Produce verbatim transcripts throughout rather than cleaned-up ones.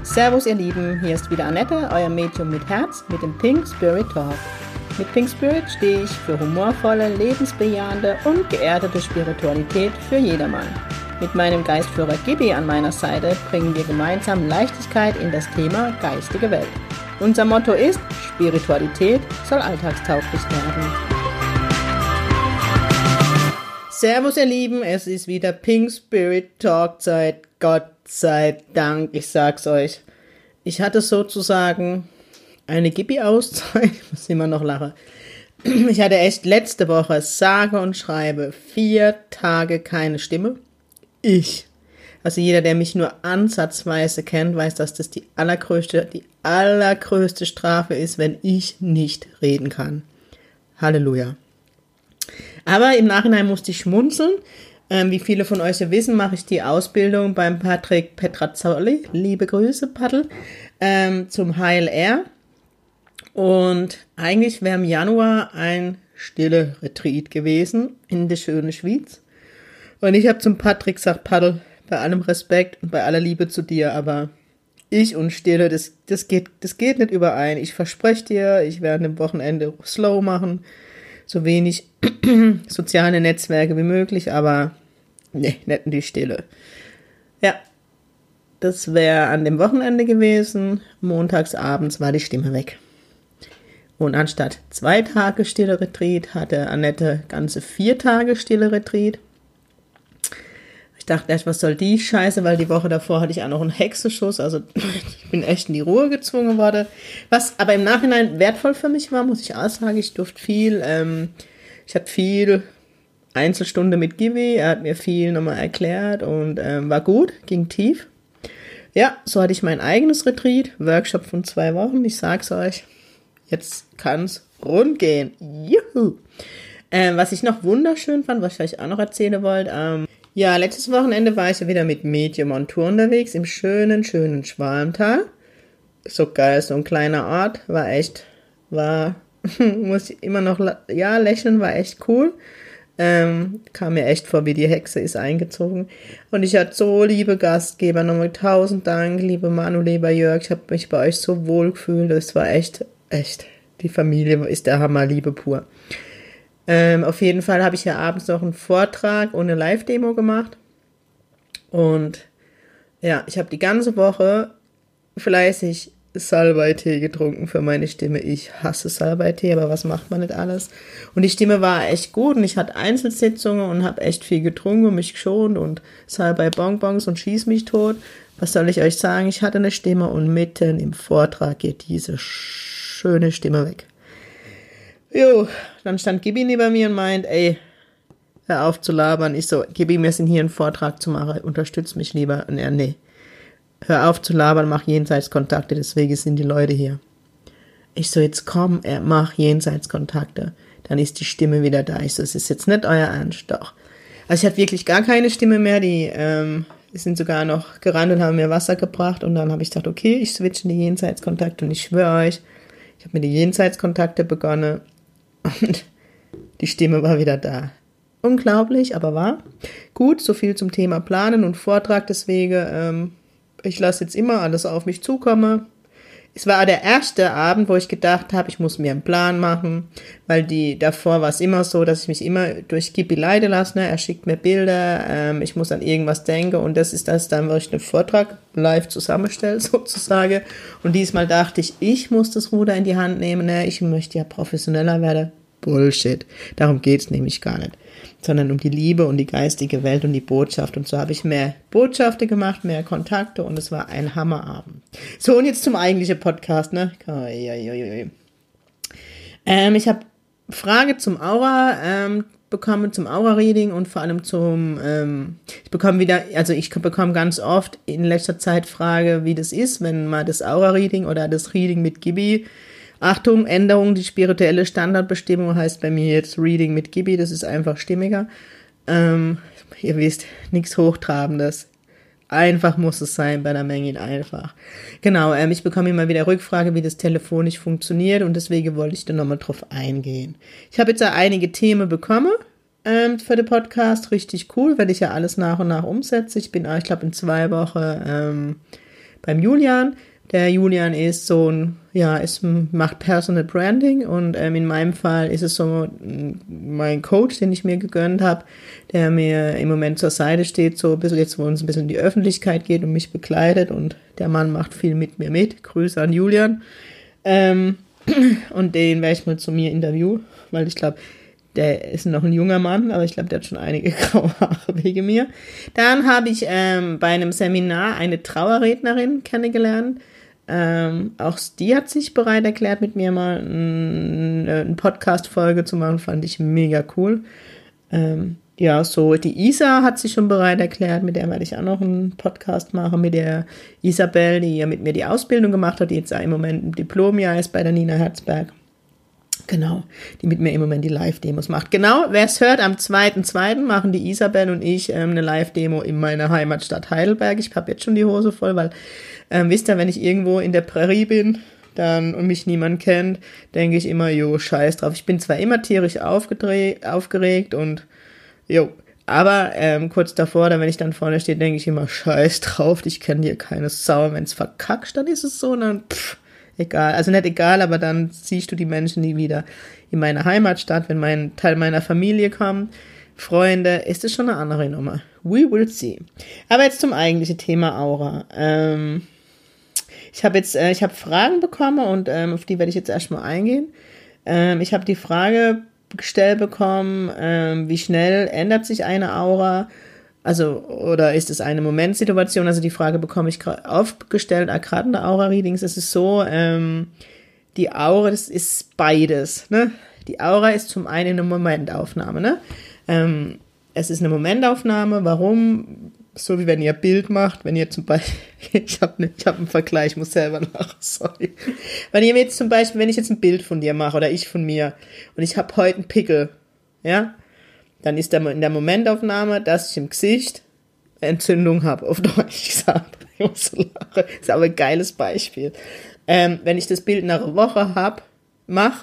Servus ihr Lieben, hier ist wieder Annette, euer Medium mit Herz mit dem Pink Spirit Talk. Mit Pink Spirit stehe ich für humorvolle, lebensbejahende und geerdete Spiritualität für jedermann. Mit meinem Geistführer Gibi an meiner Seite bringen wir gemeinsam Leichtigkeit in das Thema geistige Welt. Unser Motto ist, Spiritualität soll alltagstauglich werden. Servus ihr Lieben, es ist wieder Pink Spirit Talk Zeit, Gott sei Dank, ich sag's euch. Ich hatte sozusagen eine Gibi-Auszeit, ich muss immer noch lachen. Ich hatte echt letzte Woche, sage und schreibe, vier Tage keine Stimme. Ich. Also jeder, der mich nur ansatzweise kennt, weiß, dass das die allergrößte, die allergrößte Strafe ist, wenn ich nicht reden kann. Halleluja. Aber im Nachhinein musste ich schmunzeln. Ähm, wie viele von euch ja wissen, mache ich die Ausbildung beim Patrick Petrazzoli, liebe Grüße, Paddel, ähm, zum H L R. Und eigentlich wäre im Januar ein stille Retreat gewesen in der schönen Schweiz. Und ich habe zum Patrick gesagt, Paddel, bei allem Respekt und bei aller Liebe zu dir, aber ich und Stille, das, das, geht, das geht nicht überein. Ich verspreche dir, ich werde am Wochenende slow machen, so wenig soziale Netzwerke wie möglich, aber ne, nicht in die Stille. Ja, das wäre an dem Wochenende gewesen. Montagsabends war die Stimme weg. Und anstatt zwei Tage stille Retreat hatte Annette ganze vier Tage stille Retreat. Ich dachte erst, was soll die Scheiße, weil die Woche davor hatte ich auch noch einen Hexenschuss, also ich bin echt in die Ruhe gezwungen worden. Was aber im Nachhinein wertvoll für mich war, muss ich auch sagen, ich durfte viel, ähm, ich hatte viel Einzelstunde mit Gibi, er hat mir viel nochmal erklärt und ähm, war gut, ging tief. Ja, so hatte ich mein eigenes Retreat, Workshop von zwei Wochen, ich sag's euch, jetzt kann's rund gehen. Juhu! Ähm, was ich noch wunderschön fand, was ich euch auch noch erzählen wollte, ähm, ja, letztes Wochenende war ich ja wieder mit Medium on Tour unterwegs im schönen, schönen Schwalmtal. So geil, so ein kleiner Ort, war echt, war, muss ich immer noch, ja, lächeln, war echt cool. Ähm, kam mir echt vor, wie die Hexe ist eingezogen. Und ich hatte so liebe Gastgeber, nochmal tausend Dank, liebe Manu, lieber Jörg, ich habe mich bei euch so wohl gefühlt, das war echt, echt, die Familie ist der Hammer, Liebe pur. Ähm, auf jeden Fall habe ich ja abends noch einen Vortrag und eine Live-Demo gemacht. Und ja, ich habe die ganze Woche fleißig Salbeitee getrunken für meine Stimme. Ich hasse Salbeitee, aber was macht man nicht alles? Und die Stimme war echt gut und ich hatte Einzelsitzungen und habe echt viel getrunken und mich geschont und Salbei-Bonbons und schieß mich tot. Was soll ich euch sagen? Ich hatte eine Stimme und mitten im Vortrag geht diese schöne Stimme weg. Jo, dann stand Gibi neben mir und meint, ey, hör auf zu labern. Ich so, Gibi, wir sind hier einen Vortrag zu machen, unterstütz mich lieber. Und er, nee, hör auf zu labern, mach Jenseitskontakte, deswegen sind die Leute hier. Ich so, jetzt komm, er mach Jenseitskontakte. Dann ist die Stimme wieder da. Ich so, es ist jetzt nicht euer Ernst, doch. Also ich hatte wirklich gar keine Stimme mehr, die, ähm, die sind sogar noch gerannt und haben mir Wasser gebracht und dann habe ich gedacht, okay, ich switche in die Jenseitskontakte und ich schwöre euch, ich habe mir die Jenseitskontakte begonnen. Und die Stimme war wieder da. Unglaublich, aber wahr. Gut, so viel zum Thema Planen und Vortrag. Deswegen, ähm, ich lasse jetzt immer alles auf mich zukommen. Es war der erste Abend, wo ich gedacht habe, ich muss mir einen Plan machen, weil die davor war es immer so, dass ich mich immer durch Gibi leiten lasse. Ne? Er schickt mir Bilder, ähm, ich muss an irgendwas denken und das ist das dann, wo ich einen Vortrag live zusammenstelle sozusagen. Und diesmal dachte ich, ich muss das Ruder in die Hand nehmen. Ne? Ich möchte ja professioneller werden. Bullshit. Darum geht's nämlich gar nicht. Sondern um die Liebe und die geistige Welt und die Botschaft. Und so habe ich mehr Botschaften gemacht, mehr Kontakte und es war ein Hammerabend. So, und jetzt zum eigentlichen Podcast, ne? Ähm, ich habe Frage zum Aura ähm, bekommen, zum Aura-Reading und vor allem zum, ähm, ich bekomme wieder, also ich bekomme ganz oft in letzter Zeit Frage, wie das ist, wenn man das Aura-Reading oder das Reading mit Gibi, Achtung, Änderung, die spirituelle Standardbestimmung heißt bei mir jetzt Reading mit Gibi, das ist einfach stimmiger. Ähm, ihr wisst, nichts Hochtrabendes. Einfach muss es sein bei der Menge einfach. Genau, ähm, ich bekomme immer wieder Rückfrage, wie das telefonisch funktioniert und deswegen wollte ich da nochmal drauf eingehen. Ich habe jetzt ja einige Themen bekommen ähm, für den Podcast, richtig cool, weil ich ja alles nach und nach umsetze. Ich bin, ich glaube, in zwei Wochen ähm, beim Julian. Der Julian ist so ein, ja, ist, macht Personal Branding und ähm, in meinem Fall ist es so mein Coach, den ich mir gegönnt habe, der mir im Moment zur Seite steht, so ein bisschen jetzt, wo uns ein bisschen in die Öffentlichkeit geht und mich begleitet und der Mann macht viel mit mir mit. Grüße an Julian. Ähm, und den werde ich mal zu mir interviewen, weil ich glaube, der ist noch ein junger Mann, aber ich glaube, der hat schon einige graue Haare wegen mir. Dann habe ich ähm, bei einem Seminar eine Trauerrednerin kennengelernt. Ähm, auch die hat sich bereit erklärt, mit mir mal eine ein Podcast-Folge zu machen, fand ich mega cool. Ähm, ja, so die Isa hat sich schon bereit erklärt, mit der werde ich auch noch einen Podcast machen, mit der Isabel, die ja mit mir die Ausbildung gemacht hat, die jetzt im Moment im Diplomjahr ist bei der Nina Herzberg. Genau, die mit mir im Moment die Live-Demos macht. Genau, wer es hört, am zweiten zweiten machen die Isabel und ich ähm, eine Live-Demo in meiner Heimatstadt Heidelberg. Ich habe jetzt schon die Hose voll, weil, ähm, wisst ihr, wenn ich irgendwo in der Prärie bin dann und mich niemand kennt, denke ich immer, jo, scheiß drauf. Ich bin zwar immer tierisch aufgedreht, aufgeregt und, jo, aber ähm, kurz davor, dann, wenn ich dann vorne stehe, denke ich immer, scheiß drauf, ich kenne dir keine Sau. Wenn es verkackst, dann ist es so und dann, pff, egal, also nicht egal, aber dann siehst du die Menschen nie wieder in meiner Heimatstadt, wenn mein Teil meiner Familie kommt. Freunde, ist es schon eine andere Nummer. We will see. Aber jetzt zum eigentlichen Thema Aura. Ähm, ich habe jetzt, äh, ich habe Fragen bekommen und ähm, auf die werde ich jetzt erstmal eingehen. Ähm, ich habe die Frage gestellt bekommen, ähm, wie schnell ändert sich eine Aura? Also, oder ist es eine Momentsituation? Also die Frage bekomme ich gerade aufgestellt, gerade in der Aura-Readings. Es ist so, ähm, die Aura, das ist beides, ne? Die Aura ist zum einen eine Momentaufnahme, ne? Ähm, es ist eine Momentaufnahme, warum? So wie wenn ihr ein Bild macht, wenn ihr zum Beispiel, ich habe ne, ich hab einen Vergleich, ich muss selber lachen, sorry. Wenn ihr jetzt zum Beispiel, wenn ich jetzt ein Bild von dir mache oder ich von mir und ich habe heute einen Pickel, ja? Dann ist der in der Momentaufnahme, dass ich im Gesicht Entzündung habe, auf Deutsch gesagt. Ich muss so lachen. Das ist aber ein geiles Beispiel. Ähm, wenn ich das Bild nach einer Woche hab, mach,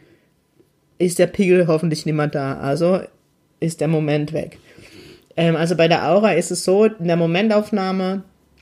ist der Pickel hoffentlich nicht mehr da. Also ist der Moment weg. Ähm, also bei der Aura ist es so, in der Momentaufnahme,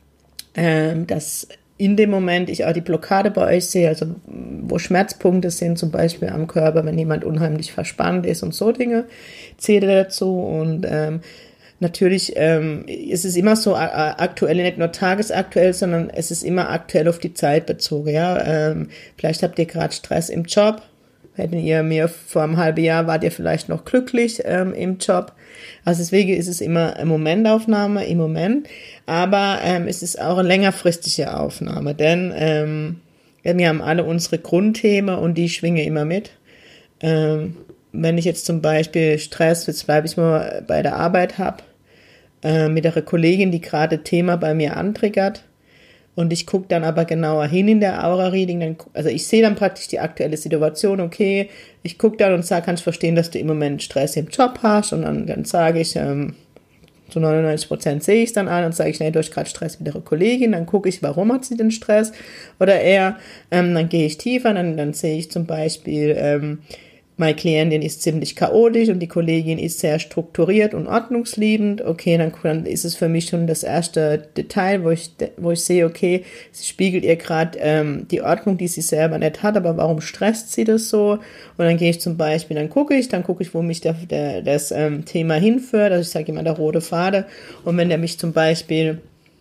ähm, dass in dem Moment ich auch die Blockade bei euch sehe, also wo Schmerzpunkte sind, zum Beispiel am Körper, wenn jemand unheimlich verspannt ist und so Dinge, zählt dazu. Und ähm, natürlich ähm, ist es immer so aktuell, nicht nur tagesaktuell, sondern es ist immer aktuell auf die Zeit bezogen. Ja? Ähm, vielleicht habt ihr gerade Stress im Job. Hätten ihr mir vor einem halben Jahr, wart ihr vielleicht noch glücklich ähm, im Job. Also deswegen ist es immer eine Momentaufnahme im Moment, aber ähm, es ist auch eine längerfristige Aufnahme, denn ähm, wir haben alle unsere Grundthemen und die schwingen immer mit. Ähm, wenn ich jetzt zum Beispiel Stress, jetzt bleibe ich mal bei der Arbeit habe, äh, mit einer Kollegin, die gerade Thema bei mir antriggert, und ich gucke dann aber genauer hin in der Aura-Reading, dann, also ich sehe dann praktisch die aktuelle Situation, okay, ich gucke dann und sage, kannst verstehen, dass du im Moment Stress im Job hast, und dann, dann sage ich, ähm, zu neunundneunzig Prozent sehe ich es dann an und sage ich, nee, du hast gerade Stress mit der Kollegin, dann gucke ich, warum hat sie den Stress, oder eher, ähm, dann gehe ich tiefer, dann, dann sehe ich zum Beispiel, ähm, meine Klientin ist ziemlich chaotisch und die Kollegin ist sehr strukturiert und ordnungsliebend. Okay, dann, dann ist es für mich schon das erste Detail, wo ich, wo ich sehe, okay, sie spiegelt ihr gerade ähm, die Ordnung, die sie selber nicht hat, aber warum stresst sie das so? Und dann gehe ich zum Beispiel, dann gucke ich, dann gucke ich, wo mich der, der, das ähm, Thema hinführt. Also ich sage immer der rote Faden. Und wenn der mich zum Beispiel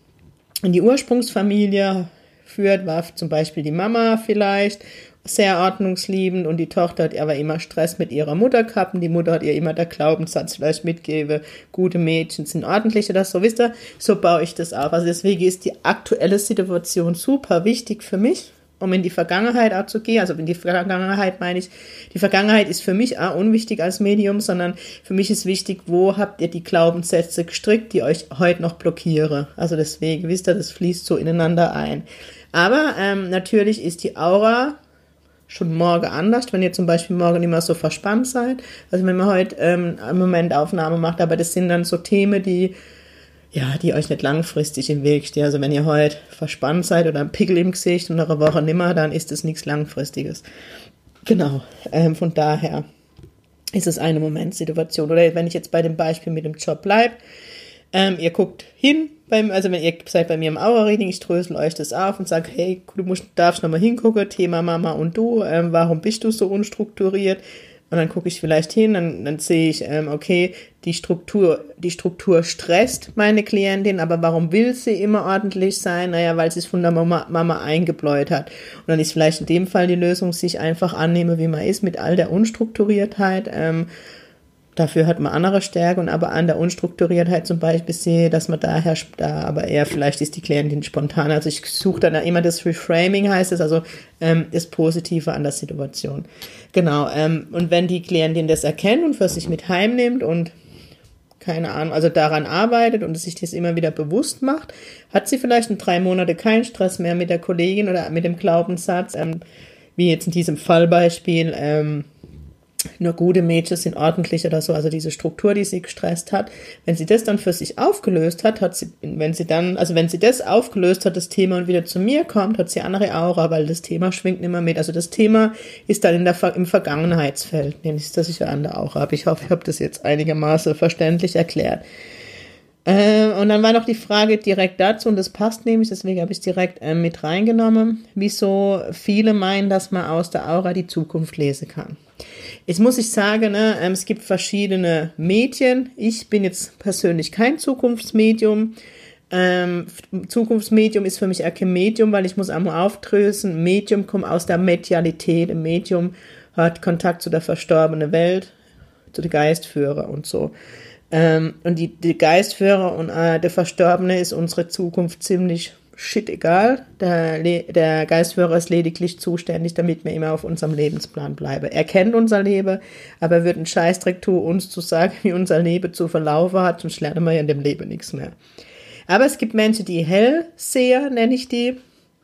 in die Ursprungsfamilie führt, war zum Beispiel die Mama vielleicht sehr ordnungsliebend und die Tochter hat aber immer Stress mit ihrer Mutter gehabt und die Mutter hat ihr immer der Glaubenssatz vielleicht mitgegeben, gute Mädchen sind ordentlich oder so, wisst ihr, so baue ich das auf. Also deswegen ist die aktuelle Situation super wichtig für mich, um in die Vergangenheit auch zu gehen. Also in die Vergangenheit meine ich, die Vergangenheit ist für mich auch unwichtig als Medium, sondern für mich ist wichtig, wo habt ihr die Glaubenssätze gestrickt, die euch heute noch blockieren. Also deswegen, wisst ihr, das fließt so ineinander ein. Aber ähm, natürlich ist die Aura schon morgen anders, wenn ihr zum Beispiel morgen immer so verspannt seid. Also wenn man heute ähm, im Moment Aufnahme macht, aber das sind dann so Themen, die ja, die euch nicht langfristig im Weg stehen. Also wenn ihr heute verspannt seid oder ein Pickel im Gesicht und nach einer Woche nimmer, dann ist das nichts Langfristiges. Genau, ähm, von daher ist es eine Momentsituation. Oder wenn ich jetzt bei dem Beispiel mit dem Job bleibe, Ähm, ihr guckt hin, beim, also wenn ihr seid bei mir im Aura-Reading, ich drösel euch das auf und sage, hey, du musst, darfst nochmal hingucken, Thema Mama und du, ähm, warum bist du so unstrukturiert? Und dann gucke ich vielleicht hin, dann, dann sehe ich, ähm, okay, die Struktur, die Struktur stresst meine Klientin, aber warum will sie immer ordentlich sein? Naja, weil sie es von der Mama, Mama eingebläut hat. Und dann ist vielleicht in dem Fall die Lösung, sich einfach annehme, wie man ist, mit all der Unstrukturiertheit. Ähm, dafür hat man andere Stärken, aber an der Unstrukturiertheit zum Beispiel sehe, dass man daher, da aber eher vielleicht ist die Klientin spontan. Also ich suche dann immer das Reframing, heißt es, also ähm, das Positive an der Situation. Genau, ähm, und wenn die Klientin das erkennt und für sich mit heimnimmt und keine Ahnung, also daran arbeitet und sich das immer wieder bewusst macht, hat sie vielleicht in drei Monate keinen Stress mehr mit der Kollegin oder mit dem Glaubenssatz, ähm, wie jetzt in diesem Fallbeispiel, ähm, nur gute Mädchen sind ordentlich oder so, also diese Struktur, die sie gestresst hat. Wenn sie das dann für sich aufgelöst hat, hat sie, wenn sie dann, also wenn sie das aufgelöst hat, das Thema und wieder zu mir kommt, hat sie andere Aura, weil das Thema schwingt nicht mehr mit. Also das Thema ist dann in der, im Vergangenheitsfeld, nämlich das ich ja an der Aura habe. Ich hoffe, ich habe das jetzt einigermaßen verständlich erklärt. Äh, und dann war noch die Frage direkt dazu, und das passt nämlich, deswegen habe ich es direkt äh, mit reingenommen, wieso viele meinen, dass man aus der Aura die Zukunft lesen kann. Jetzt muss ich sagen, ne, ähm, es gibt verschiedene Medien. Ich bin jetzt persönlich kein Zukunftsmedium. Ähm, Zukunftsmedium ist für mich auch kein Medium, weil ich muss einmal aufdrösen. Medium kommt aus der Medialität. Ein Medium hat Kontakt zu der verstorbenen Welt, zu den Geistführer und so. Ähm, und die, die Geistführer und äh, der Verstorbene ist unsere Zukunft ziemlich shit egal. Der, der Geistführer ist lediglich zuständig, damit wir immer auf unserem Lebensplan bleiben. Er kennt unser Leben, aber er wird einen Scheißdreck tun, uns zu sagen, wie unser Leben zu verlaufen hat, sonst lernen wir ja in dem Leben nichts mehr. Aber es gibt Menschen, die Hellseher, nenne ich die,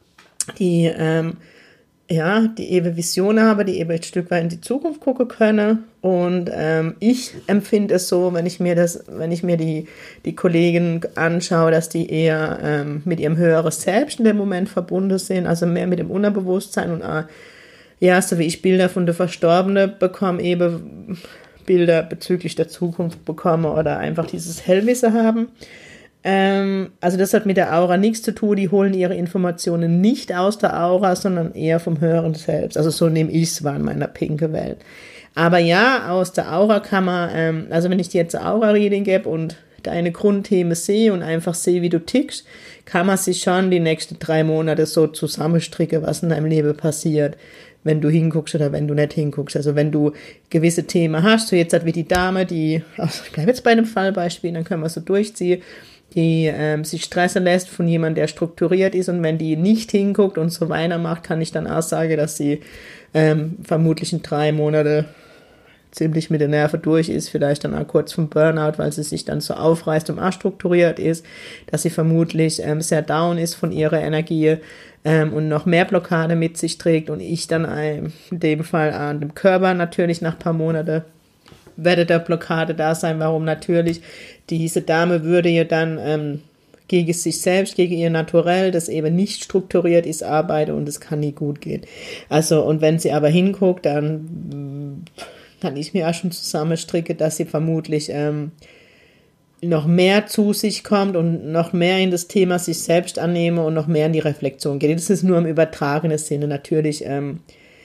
die, ähm, ja, die eben Visionen haben, die eben ein Stück weit in die Zukunft gucken können. Und ähm, ich empfinde es so, wenn ich mir das, wenn ich mir die, die Kollegen anschaue, dass die eher ähm, mit ihrem höheren Selbst in dem Moment verbunden sind, also mehr mit dem Unterbewusstsein und äh, ja, so wie ich Bilder von der Verstorbenen bekomme, eben Bilder bezüglich der Zukunft bekomme oder einfach dieses Hellwissen haben. Ähm, also das hat mit der Aura nichts zu tun, die holen ihre Informationen nicht aus der Aura, sondern eher vom höheren Selbst. Also so nehme ich es wahr in meiner pinke Welt. Aber ja, aus der Aura kann man, ähm, also wenn ich dir jetzt ein Aura-Reading gebe und deine Grundthemen sehe und einfach sehe, wie du tickst, kann man sich schon die nächsten drei Monate so zusammenstricken, was in deinem Leben passiert, wenn du hinguckst oder wenn du nicht hinguckst. Also wenn du gewisse Themen hast, so jetzt halt wie die Dame, die, also ich bleibe jetzt bei einem Fallbeispiel, dann können wir so durchziehen, die ähm, sich stressen lässt von jemandem, der strukturiert ist, und wenn die nicht hinguckt und so weitermacht, kann ich dann auch sagen, dass sie ähm, vermutlich in drei Monate ziemlich mit den Nerven durch ist, vielleicht dann auch kurz vom Burnout, weil sie sich dann so aufreißt und auch strukturiert ist, dass sie vermutlich ähm, sehr down ist von ihrer Energie ähm, und noch mehr Blockade mit sich trägt, und ich dann ähm, in dem Fall an dem Körper natürlich nach ein paar Monaten werde der Blockade da sein. Warum? Natürlich, diese Dame würde ja dann ähm, gegen sich selbst, gegen ihr Naturell, das eben nicht strukturiert ist, arbeiten, und es kann nie gut gehen. Also, und wenn sie aber hinguckt, dann kann ich mir auch schon zusammenstricken, dass sie vermutlich ähm, noch mehr zu sich kommt und noch mehr in das Thema sich selbst annehme und noch mehr in die Reflexion geht. Das ist nur im übertragenen Sinne. Natürlich ähm,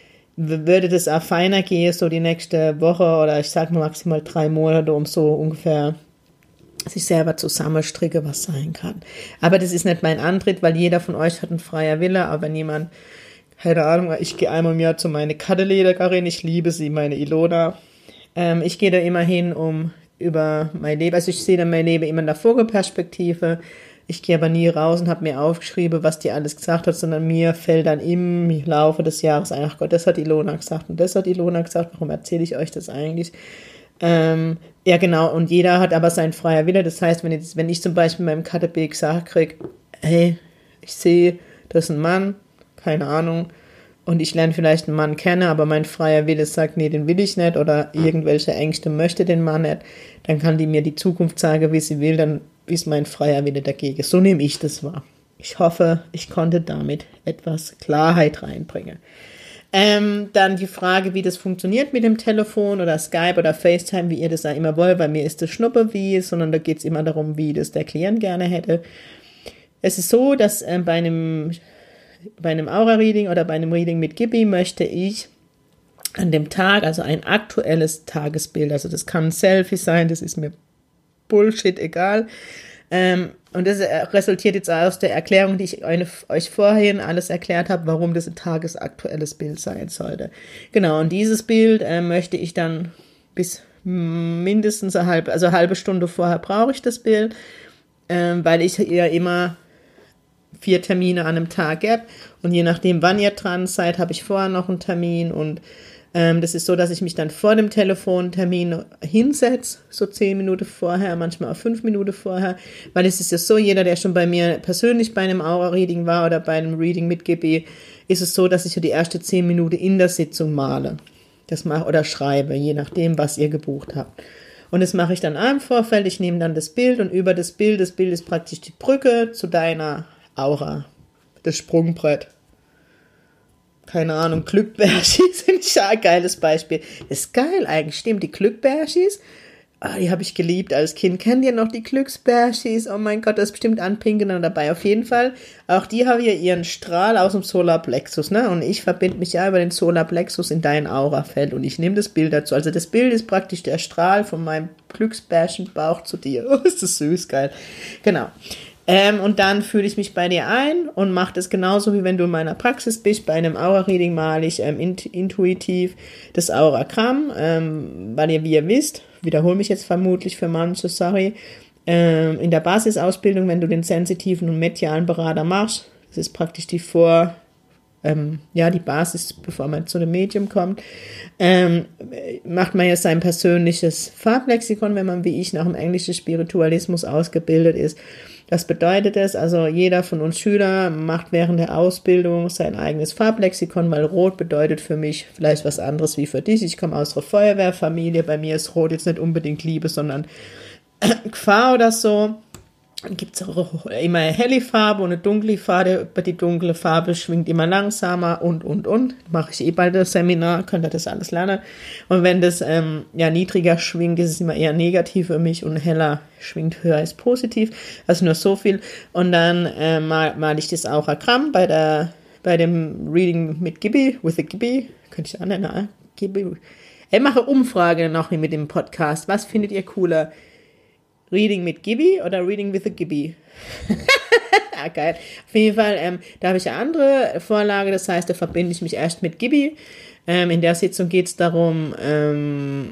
würde das auch feiner gehen, so die nächste Woche oder ich sag mal maximal drei Monate, um so ungefähr sich selber zusammenstricke, was sein kann. Aber das ist nicht mein Antritt, weil jeder von euch hat einen freien Wille, aber wenn jemand, keine Ahnung, ich gehe einmal im Jahr zu meiner Kattenledererin, ich liebe sie, meine Ilona, ähm, ich gehe da immer hin, um über mein Leben, also ich sehe dann mein Leben immer in der Vogelperspektive. Ich gehe aber nie raus und habe mir aufgeschrieben, was die alles gesagt hat, sondern mir fällt dann im Laufe des Jahres ein, ach Gott, das hat Ilona gesagt und das hat Ilona gesagt, warum erzähle ich euch das eigentlich? Ähm, ja genau, und jeder hat aber seinen freier Wille, das heißt, wenn, jetzt, wenn ich zum Beispiel meinem Kattebeck gesagt kriege, hey, ich sehe, das ist ein Mann, keine Ahnung, und ich lerne vielleicht einen Mann kennen, aber mein freier Wille sagt, nee, den will ich nicht, oder irgendwelche Ängste möchte den Mann nicht, dann kann die mir die Zukunft sagen, wie sie will, dann ist mein freier Wille dagegen. So nehme ich das wahr. Ich hoffe, ich konnte damit etwas Klarheit reinbringen. Ähm, dann die Frage, wie das funktioniert mit dem Telefon oder Skype oder FaceTime, wie ihr das da immer wollt. Bei mir ist das Schnuppe wie, sondern da geht es immer darum, wie das der Klient gerne hätte. Es ist so, dass äh, bei einem, bei einem Aura-Reading oder bei einem Reading mit Gibi möchte ich an dem Tag, also ein aktuelles Tagesbild, also das kann ein Selfie sein, das ist mir Bullshit egal. Ähm, und das resultiert jetzt aus der Erklärung, die ich euch vorhin alles erklärt habe, warum das ein tagesaktuelles Bild sein sollte. Genau, und dieses Bild äh, möchte ich dann bis mindestens eine halbe, also eine halbe Stunde vorher brauche ich das Bild, ähm, weil ich ja immer vier Termine an einem Tag habe und je nachdem, wann ihr dran seid, habe ich vorher noch einen Termin und ähm, das ist so, dass ich mich dann vor dem Telefontermin hinsetze, so zehn Minuten vorher, manchmal auch fünf Minuten vorher, weil es ist ja so, jeder, der schon bei mir persönlich bei einem Aura-Reading war oder bei einem Reading mit G B, ist es so, dass ich ja die ersten zehn Minuten in der Sitzung male, das mache oder schreibe, je nachdem, was ihr gebucht habt. Und das mache ich dann auch im Vorfeld, ich nehme dann das Bild und über das Bild, das Bild ist praktisch die Brücke zu deiner Aura, das Sprungbrett. Keine Ahnung, Glückbärschis sind ja ein geiles Beispiel. Das ist geil eigentlich, stimmt, die Glückbärschis, oh, die habe ich geliebt als Kind. Kennt ihr noch die Glücksbärschis? Oh mein Gott, da ist bestimmt Anpinken dabei. Auf jeden Fall, auch die haben ja ihren Strahl aus dem Solarplexus, ne? Und ich verbinde mich ja über den Solarplexus in dein Aurafeld und ich nehme das Bild dazu. Also das Bild ist praktisch der Strahl von meinem Glücksbärchenbauch zu dir. Oh, ist das süß, geil. Genau. Ähm, und dann fühle ich mich bei dir ein und mache das genauso, wie wenn du in meiner Praxis bist. Bei einem Aura-Reading male ich ähm, int- intuitiv das Auragramm, ähm, weil ihr, wie ihr wisst, wiederhole mich jetzt vermutlich für manche, sorry, ähm, in der Basisausbildung, wenn du den sensitiven und medialen Berater machst, das ist praktisch die Vor- Ähm, ja, die Basis, bevor man zu dem Medium kommt, ähm, macht man ja sein persönliches Farblexikon, wenn man wie ich nach dem englischen Spiritualismus ausgebildet ist. Was bedeutet das? Also jeder von uns Schüler macht während der Ausbildung sein eigenes Farblexikon, weil Rot bedeutet für mich vielleicht was anderes wie für dich. Ich komme aus einer Feuerwehrfamilie, bei mir ist Rot jetzt nicht unbedingt Liebe, sondern Gefahr oder so. Dann gibt es auch immer eine helle Farbe und eine dunkle Farbe. Über die dunkle Farbe schwingt immer langsamer und, und, und. Mache ich eh bald das Seminar, könnt ihr das alles lernen. Und wenn das ähm, ja niedriger schwingt, ist es immer eher negativ für mich und heller schwingt höher ist positiv. Also nur so viel. Und dann äh, mal, mal ich das Auragramm bei der bei dem Reading mit Gibi, with the Gibi, könnte ich annehmen, ne? Gibi. Ich mache Umfrage noch mit dem Podcast. Was findet ihr cooler? Reading mit Gibi oder Reading with a Gibi? Ah, geil. Auf jeden Fall, ähm, da habe ich eine andere Vorlage, das heißt, da verbinde ich mich erst mit Gibi. Ähm, in der Sitzung geht es darum, ähm,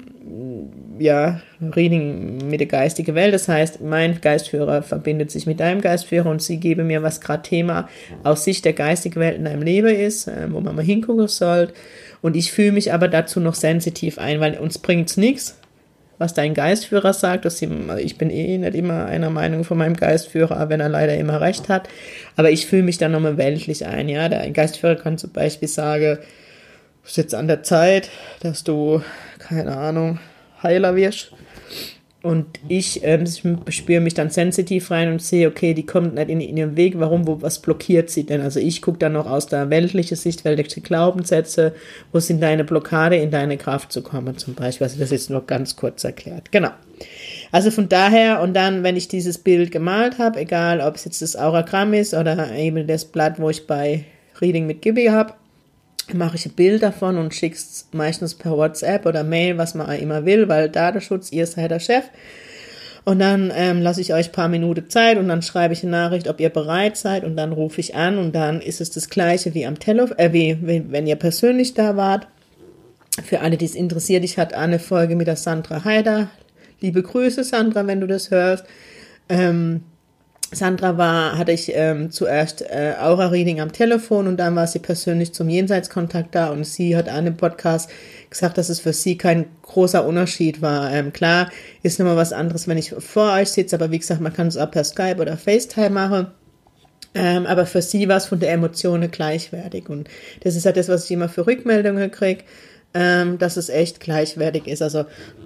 ja, Reading mit der geistigen Welt, das heißt, mein Geistführer verbindet sich mit deinem Geistführer und sie geben mir, was gerade Thema aus Sicht der geistigen Welt in deinem Leben ist, äh, wo man mal hingucken soll. Und ich fühle mich aber dazu noch sensitiv ein, weil uns bringt es nichts, was dein Geistführer sagt. Das, ich bin eh nicht immer einer Meinung von meinem Geistführer, wenn er leider immer recht hat. Aber ich fühle mich dann nochmal weltlich ein. Ja? Der Geistführer kann zum Beispiel sagen, es ist jetzt an der Zeit, dass du, keine Ahnung, Heiler wirst. Und ich ähm, spüre mich dann sensitiv rein und sehe, okay, die kommt nicht in, in ihren Weg, warum, wo, was blockiert sie denn? Also ich gucke dann noch aus der weltlichen Sicht, welche Glaubenssätze, wo sind deine Blockade, in deine Kraft zu kommen zum Beispiel. Also das ist jetzt nur ganz kurz erklärt. Genau. Also von daher, und dann, wenn ich dieses Bild gemalt habe, egal ob es jetzt das Auragramm ist oder eben das Blatt, wo ich bei Reading mit Gibi habe, mache ich ein Bild davon und schicke es meistens per WhatsApp oder Mail, was man immer will, weil Datenschutz, ihr seid der Chef. Und dann ähm, lasse ich euch ein paar Minuten Zeit und dann schreibe ich eine Nachricht, ob ihr bereit seid und dann rufe ich an und dann ist es das Gleiche wie am Telefon, äh, wie, wie wenn ihr persönlich da wart. Für alle, die es interessiert, ich hatte eine Folge mit der Sandra Haider. Liebe Grüße, Sandra, wenn du das hörst. Ähm, Sandra war, hatte ich ähm, zuerst äh, Aura-Reading am Telefon und dann war sie persönlich zum Jenseitskontakt da und sie hat an dem Podcast gesagt, dass es für sie kein großer Unterschied war. Ähm, klar, ist nochmal was anderes, wenn ich vor euch sitze, aber wie gesagt, man kann es auch per Skype oder FaceTime machen. Ähm, aber für sie war es von der Emotion gleichwertig und das ist halt das, was ich immer für Rückmeldungen kriege, ähm, dass es echt gleichwertig ist. Also,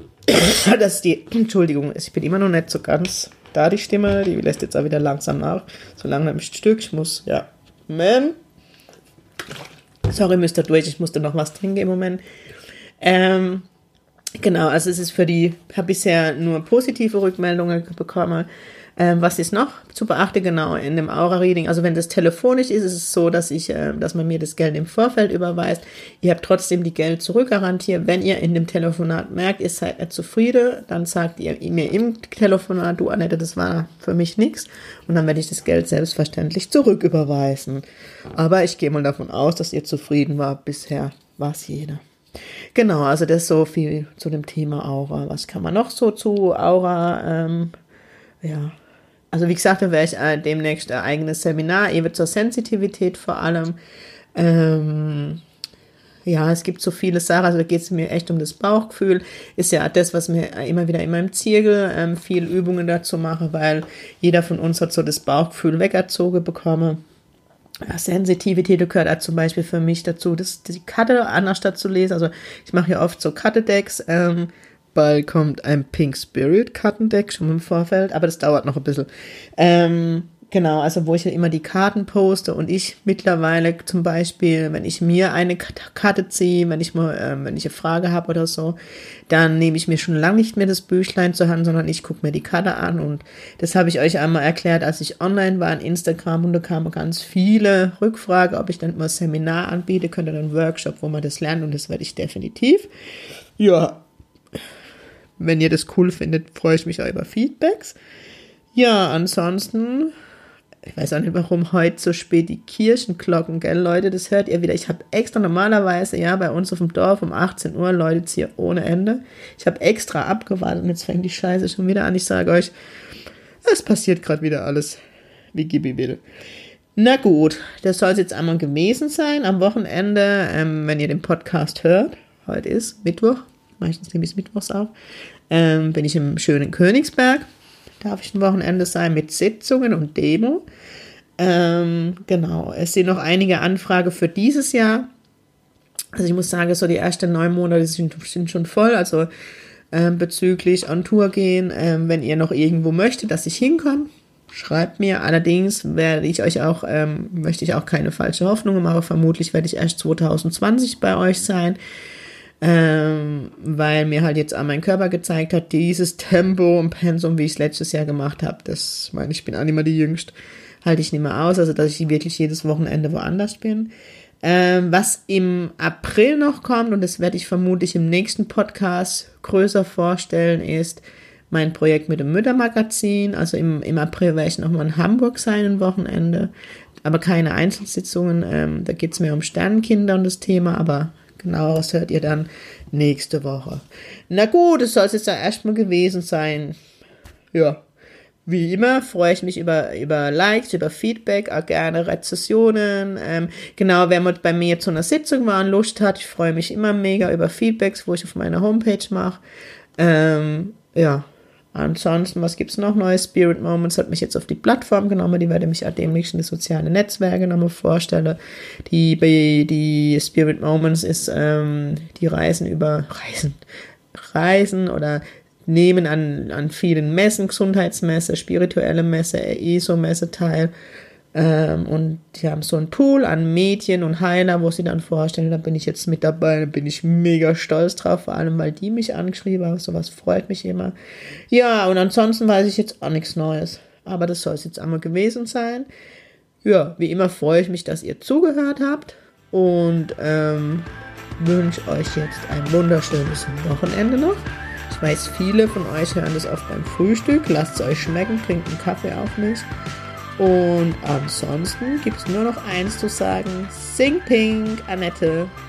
dass die, Entschuldigung, ich bin immer noch nicht so ganz da, die Stimme, die lässt jetzt auch wieder langsam nach. So langsam ein Stück, ich muss, ja, man, Sorry, müsst ihr durch, ich musste noch was trinken im Moment. Ähm, genau, also es ist für die, habe bisher nur positive Rückmeldungen bekommen. Ähm, was ist noch zu beachten, genau, in dem Aura-Reading? Also wenn das telefonisch ist, ist es so, dass ich, äh, dass man mir das Geld im Vorfeld überweist. Ihr habt trotzdem die Geld zurückgarantiert. Wenn ihr in dem Telefonat merkt, ihr seid nicht zufrieden, dann sagt ihr mir im Telefonat, du Annette, das war für mich nichts. Und dann werde ich das Geld selbstverständlich zurücküberweisen. Aber ich gehe mal davon aus, dass ihr zufrieden war. Bisher war es jeder. Genau, also das ist so viel zu dem Thema Aura. Was kann man noch so zu Aura, ähm, ja, also wie gesagt, da werde ich äh, demnächst ein eigenes Seminar, eben zur Sensitivität vor allem. Ähm, ja, es gibt so viele Sachen, also da geht es mir echt um das Bauchgefühl. Ist ja das, was mir immer wieder in meinem Zirkel ähm, viel Übungen dazu mache, weil jeder von uns hat so das Bauchgefühl wegerzogen bekommen. Ja, Sensitivität gehört auch zum Beispiel für mich dazu, das, die Karte anders dazu lesen. Also ich mache ja oft so Kartendecks, ähm, bald kommt ein Pink Spirit Kartendeck schon im Vorfeld, aber das dauert noch ein bisschen. Ähm, genau, also wo ich ja immer die Karten poste und ich mittlerweile zum Beispiel, wenn ich mir eine Karte ziehe, wenn ich mal, ähm, wenn ich eine Frage habe oder so, dann nehme ich mir schon lange nicht mehr das Büchlein zur Hand, sondern ich gucke mir die Karte an und das habe ich euch einmal erklärt, als ich online war in Instagram und da kamen ganz viele Rückfragen, ob ich dann mal ein Seminar anbiete, könnte dann einen Workshop, wo man das lernt und das werde ich definitiv. Ja, wenn ihr das cool findet, freue ich mich auch über Feedbacks. Ja, ansonsten, ich weiß auch nicht, warum heute so spät die Kirchenglocken, gell, Leute, das hört ihr wieder. Ich habe extra normalerweise, ja, bei uns auf dem Dorf um achtzehn Uhr läutet es hier ohne Ende. Ich habe extra abgewartet und jetzt fängt die Scheiße schon wieder an. Ich sage euch, es passiert gerade wieder alles, wie Gibi will. Na gut, das soll es jetzt einmal gewesen sein. Am Wochenende, ähm, wenn ihr den Podcast hört, heute ist Mittwoch, meistens nehme ich es mittwochs auf, ähm, bin ich im schönen Königsberg. Darf ich ein Wochenende sein mit Sitzungen und Demo. Ähm, genau, es sind noch einige Anfragen für dieses Jahr. Also ich muss sagen, so die ersten neun Monate sind, sind schon voll. Also ähm, bezüglich on Tour gehen, ähm, wenn ihr noch irgendwo möchtet, dass ich hinkomme, schreibt mir. Allerdings werde ich euch auch, ähm, möchte ich auch keine falsche Hoffnungen machen. Vermutlich werde ich erst zwanzig zwanzig bei euch sein. Ähm, weil mir halt jetzt auch mein Körper gezeigt hat, dieses Tempo und Pensum, wie ich es letztes Jahr gemacht habe, das, meine ich bin auch nicht mehr die Jüngste, halte ich nicht mehr aus, also dass ich wirklich jedes Wochenende woanders bin. Ähm, was im April noch kommt, und das werde ich vermutlich im nächsten Podcast größer vorstellen, ist mein Projekt mit dem Müttermagazin. Also im, im April werde ich nochmal in Hamburg sein, ein Wochenende, aber keine Einzelsitzungen, ähm, da geht es mehr um Sternenkinder und das Thema, aber genaueres hört ihr dann nächste Woche. Na gut, es soll es jetzt ja erstmal gewesen sein. Ja, wie immer freue ich mich über, über Likes, über Feedback, auch gerne Rezessionen. Ähm, genau, wer mal bei mir zu einer Sitzung war und Lust hat, ich freue mich immer mega über Feedbacks, wo ich auf meiner Homepage mache. Ähm, ja, ansonsten, was gibt's noch Neues? Spirit Moments hat mich jetzt auf die Plattform genommen, die werde mich auch demnächst in die sozialen Netzwerke nochmal vorstellen. Die, die Spirit Moments ist, ähm, die Reisen über, Reisen, Reisen oder nehmen an, an vielen Messen, Gesundheitsmesse, spirituelle Messe, E S O-Messe teil. Ähm, und die haben so einen Pool an Medien und Heiler, wo sie dann vorstellen, da bin ich jetzt mit dabei, da bin ich mega stolz drauf, vor allem, weil die mich angeschrieben haben, sowas freut mich immer. Ja, und ansonsten weiß ich jetzt auch nichts Neues, aber das soll es jetzt einmal gewesen sein. Ja, wie immer freue ich mich, dass ihr zugehört habt und ähm, wünsche euch jetzt ein wunderschönes Wochenende noch. Ich weiß, viele von euch hören das oft beim Frühstück, lasst es euch schmecken, trinkt einen Kaffee auf mich. Und ansonsten gibt es nur noch eins zu sagen. Sing Pink, Annette.